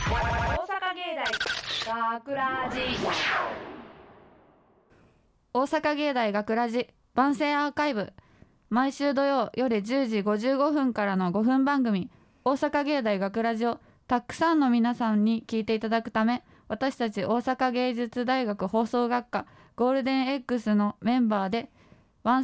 芸大学ラジ大阪芸大学ラジ番宣アーカイブ、毎週土曜夜10時55分からの5分番組大阪芸大学ラジをたくさんの皆さんに聞いていただくため、私たち大阪芸術大学放送学科ゴールデン X のメンバーで番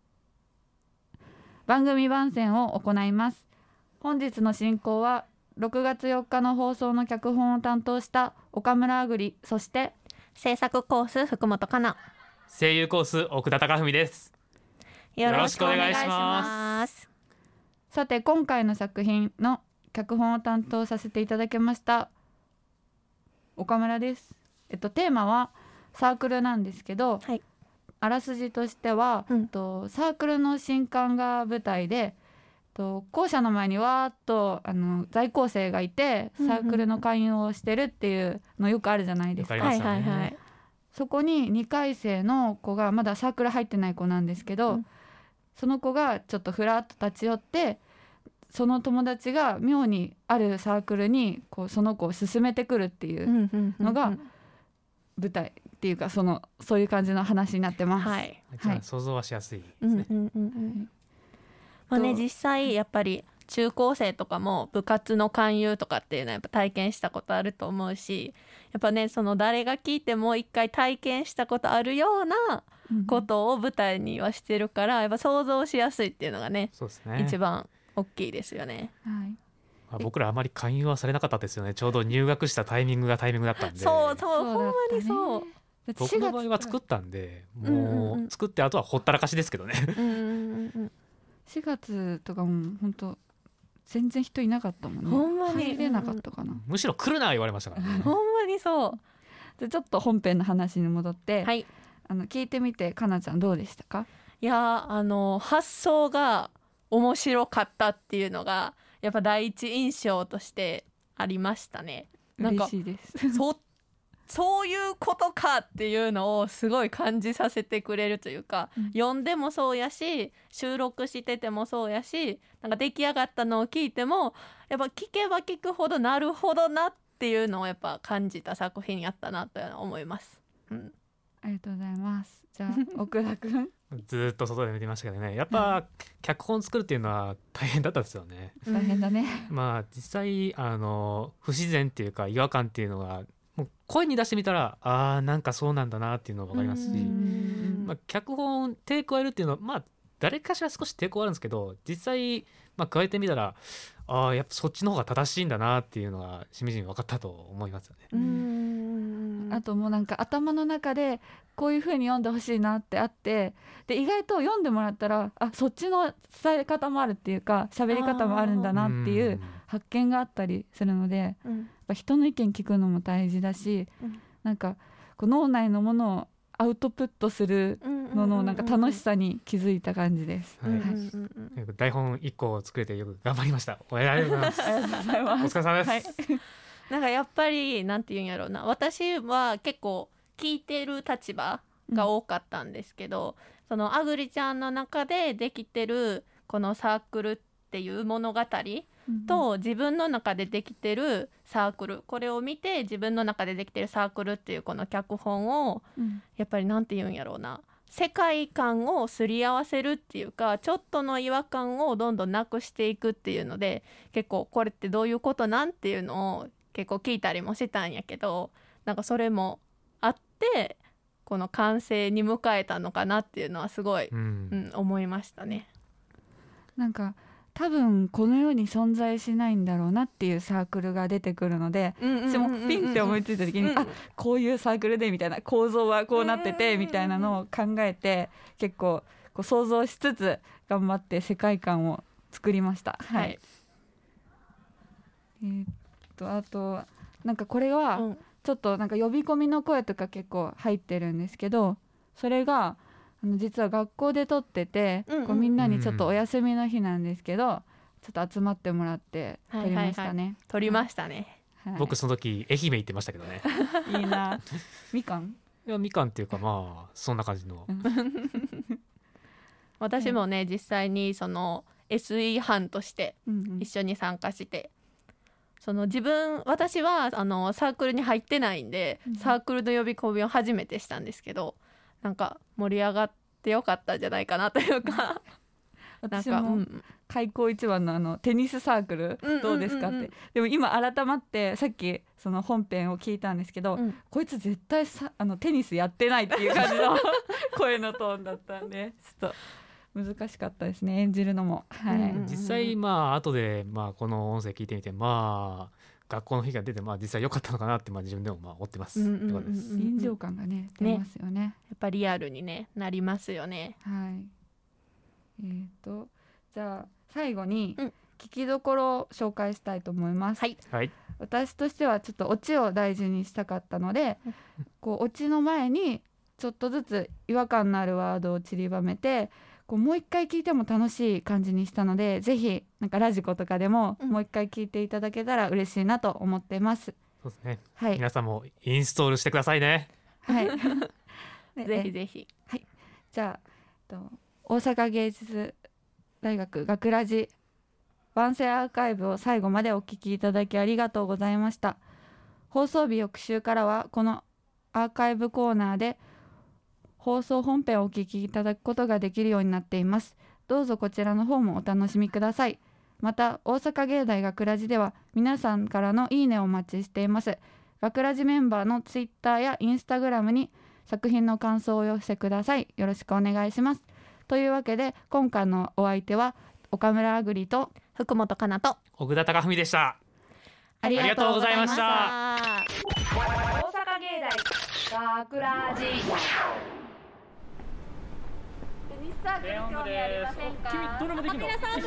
組番宣を行います。本日の進行は6月4日の放送の脚本を担当した岡村あぐり、そして制作コース福本香奈、 声優コース奥田貴文です。 よろしくお願いします。 さて、今回の作品の脚本を担当させていただきました岡村です。テーマはサークルなんですけど、 はい、 あらすじとしては、サークルの新刊が舞台で、校舎の前にわーっと在校生がいてサークルの勧誘をしてるっていうのよくあるじゃないですか。 はいはいはい、 そこに2回生の子がまだサークル入ってない子なんですけど、その子がちょっとふらっと立ち寄って、その友達が妙にあるサークルにその子を勧めてくるっていうのが舞台っていうか、そういう感じの話になってます。 はい、 想像はしやすいですね。 実際やっぱり中高生とかも部活の勧誘とかっていうのはやっぱ体験したことあると思うし、やっぱね、その誰が聞いても一回体験したことあるようなことを舞台にはしてるから、やっぱ想像しやすいっていうのがね、 そうですね、 一番大きいですよね。 はい、 僕らあまり勧誘はされなかったですよね。ちょうど入学したタイミングがタイミングだったんで。 そうほんまにそう。 僕の場合は作ったんで、もう作ってあとはほったらかしですけどね。 4月とかも本当全然人いなかったもんね。 ほんまに入れなかったかな。 むしろ来るな言われましたからね。 ほんまにそう。 でちょっと本編の話に戻って、 はい、 聞いてみてかなちゃんどうでしたか？ いや発想が面白かったっていうのがやっぱ第一印象としてありましたね。なんか嬉しいですそういうことかっていうのをすごい感じさせてくれるというか、読んでもそうやし収録しててもそうやし、なんか出来上がったのを聞いてもやっぱ聞けば聞くほどなるほどなっていうのをやっぱ感じた作品やったなと思います。 ありがとうございます。じゃあ奥田くんずっと外で見てましたけどね、やっぱ脚本作るっていうのは大変だったですよね。 大変だね。 実際不自然っていうか違和感っていうのがもう声に出してみたらなんかそうなんだなっていうのが分かりますし、脚本手加えるっていうのは誰かしら少し抵抗あるんですけど、実際加えてみたらやっぱそっちの方が正しいんだなっていうのがしみじみ分かったと思いますよね。 あともうなんか頭の中でこういう風に読んでほしいなってあって、で意外と読んでもらったらそっちの伝え方もあるっていうか喋り方もあるんだなっていう発見があったりするので、やっぱ人の意見聞くのも大事だし、なんか脳内のものをアウトプットするののなんか楽しさに気づいた感じです。 台本1個作れてよく頑張りました。ありがとうございます。 ありがとうございます。 お疲れ様です。 なんかやっぱりなんていうんやろうな、私は結構聞いてる立場が多かったんですけど、そのあぐりちゃんの中でできてるこのサークルっていう物語と自分の中でできてるサークル、これを見て自分の中でできてるサークルっていうこの脚本をやっぱりなんていうんやろうな、世界観をすり合わせるっていうか、ちょっとの違和感をどんどんなくしていくっていうので、結構これってどういうことなんていうのを結構聞いたりもしたんやけど、なんかそれもあってこの完成に迎えたのかなっていうのはすごい、思いましたね。 なんか多分この世に存在しないんだろうなっていうサークルが出てくるので、私もピンって思いついた時にこういうサークルでみたいな、構造はこうなっててみたいなのを考えて、結構想像しつつ頑張って世界観を作りました。はい、あとなんかこれはちょっとなんか呼び込みの声とか結構入ってるんですけど、それが実は学校で撮ってて、みんなにちょっとお休みの日なんですけど、ちょっと集まってもらって撮りましたね。 撮りましたね。 僕その時愛媛行ってましたけどね。 いいな。みかん？ いやみかんっていうかそんな感じの。 私もね、実際にその SE 班として一緒に参加して、 私はサークルに入ってないんで、サークルの呼び込みを初めてしたんですけど、なんか盛り上がってよかったんじゃないかなというか私も開校一番のテニスサークルどうですかって、でも今改まってさっきその本編を聞いたんですけど、こいつ絶対テニスやってないっていう感じの声のトーンだったんでちょっと難しかったですね、演じるのも。はい、 実際後でこの音声聞いてみて学校の日が出て実際良かったのかなって自分でも思ってます。 臨場感がね出ますよね。 やっぱリアルにねなりますよね。 はい。じゃあ最後に聞きどころを紹介したいと思います。 はい。 私としてはちょっとオチを大事にしたかったので、こうオチの前にちょっとずつ違和感のあるワードを散りばめて、もう一回聞いても楽しい感じにしたので、ぜひなんかラジコとかでももう一回聞いていただけたら嬉しいなと思ってます。 そうですね。 はい。 皆さんもインストールしてくださいね。 はい。 ぜひぜひ。 はい。じゃあ大阪芸術大学学ラジ番宣アーカイブを最後までお聞きいただきありがとうございました。放送日翌週からはこのアーカイブコーナーで放送本編をお聞きいただくことができるようになっています。どうぞこちらの方もお楽しみください。また大阪芸大学ラジでは皆さんからのいいねをお待ちしています。学ラジメンバーのツイッターやインスタグラムに作品の感想をお寄せください。よろしくお願いします。というわけで今回のお相手は岡村あぐりと福本かなと奥田貴文でした。 ありがとうございました。 大阪芸大学ラジ。テニスサークル興味ありませんか？ 君どれもできるの？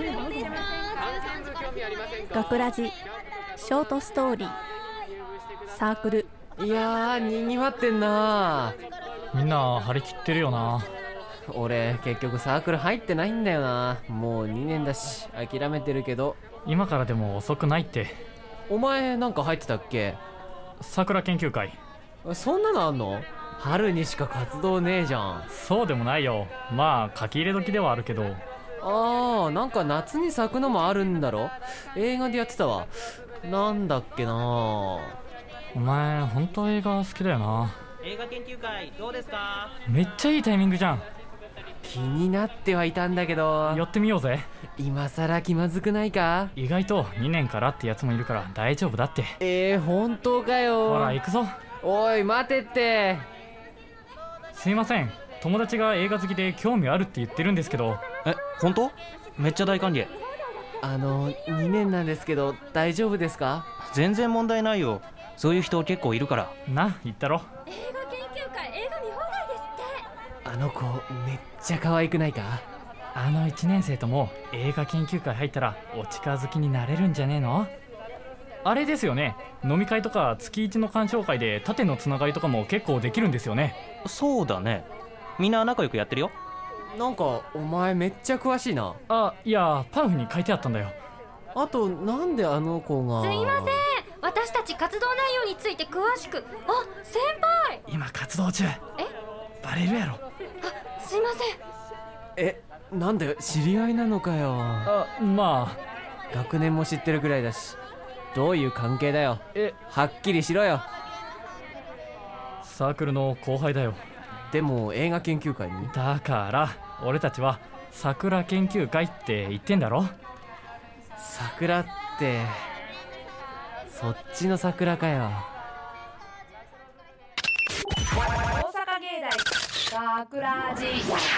学ラジショートストーリーサークル。 いやーにぎわってんな。 みんな張り切ってるよな。 俺結局サークル入ってないんだよな。もう2年だし諦めてるけど。 今からでも遅くないって。 お前なんか入ってたっけ？ 桜研究会。 そんなのあんの？春にしか活動ねえじゃん。 そうでもないよ。書き入れ時ではあるけど。 なんか夏に咲くのもあるんだろ。映画でやってたわ。なんだっけな。 お前本当映画好きだよな。 映画研究会どうですか？ めっちゃいいタイミングじゃん。 気になってはいたんだけど。 やってみようぜ。 今さら気まずくないか？ 意外と2年からってやつもいるから大丈夫だって。 本当かよ。 ほら行くぞ。 おい待てって。 すいません、友達が映画好きで興味あるって言ってるんですけど。 本当？めっちゃ大歓迎。 2年なんですけど大丈夫ですか？ 全然問題ないよ。そういう人結構いるから。 な、言ったろ。 映画研究会映画見放題ですって。 あの子めっちゃ可愛くないか？ あの1年生とも映画研究会入ったらお近づきになれるんじゃねえの？あれですよね、飲み会とか月1の鑑賞会で縦のつながりとかも結構できるんですよね。 そうだね、みんな仲良くやってるよ。 なんかお前めっちゃ詳しいな。 いやパンフに書いてあったんだよ。 あとなんであの子が。 すいません、私たち活動内容について詳しく。先輩今活動中。バレるやろ。 すいません。 なんで知り合いなのかよ。学年も知ってるくらいだし、どういう関係だよ。はっきりしろよ。 サークルの後輩だよ。 でも映画研究会に。 だから俺たちは桜研究会って言ってんだろ。 桜ってそっちの桜かよ。 大阪芸大学ラジ。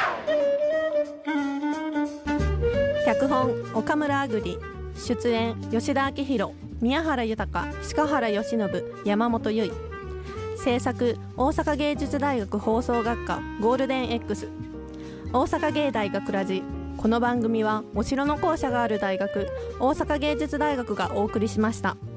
脚本岡村あぐり、出演吉田明宏、宮原豊、鹿原由伸、山本結衣。制作大阪芸術大学放送学科ゴールデン X。 大阪芸大学ラジ。この番組はお城の校舎がある大学大阪芸術大学がお送りしました。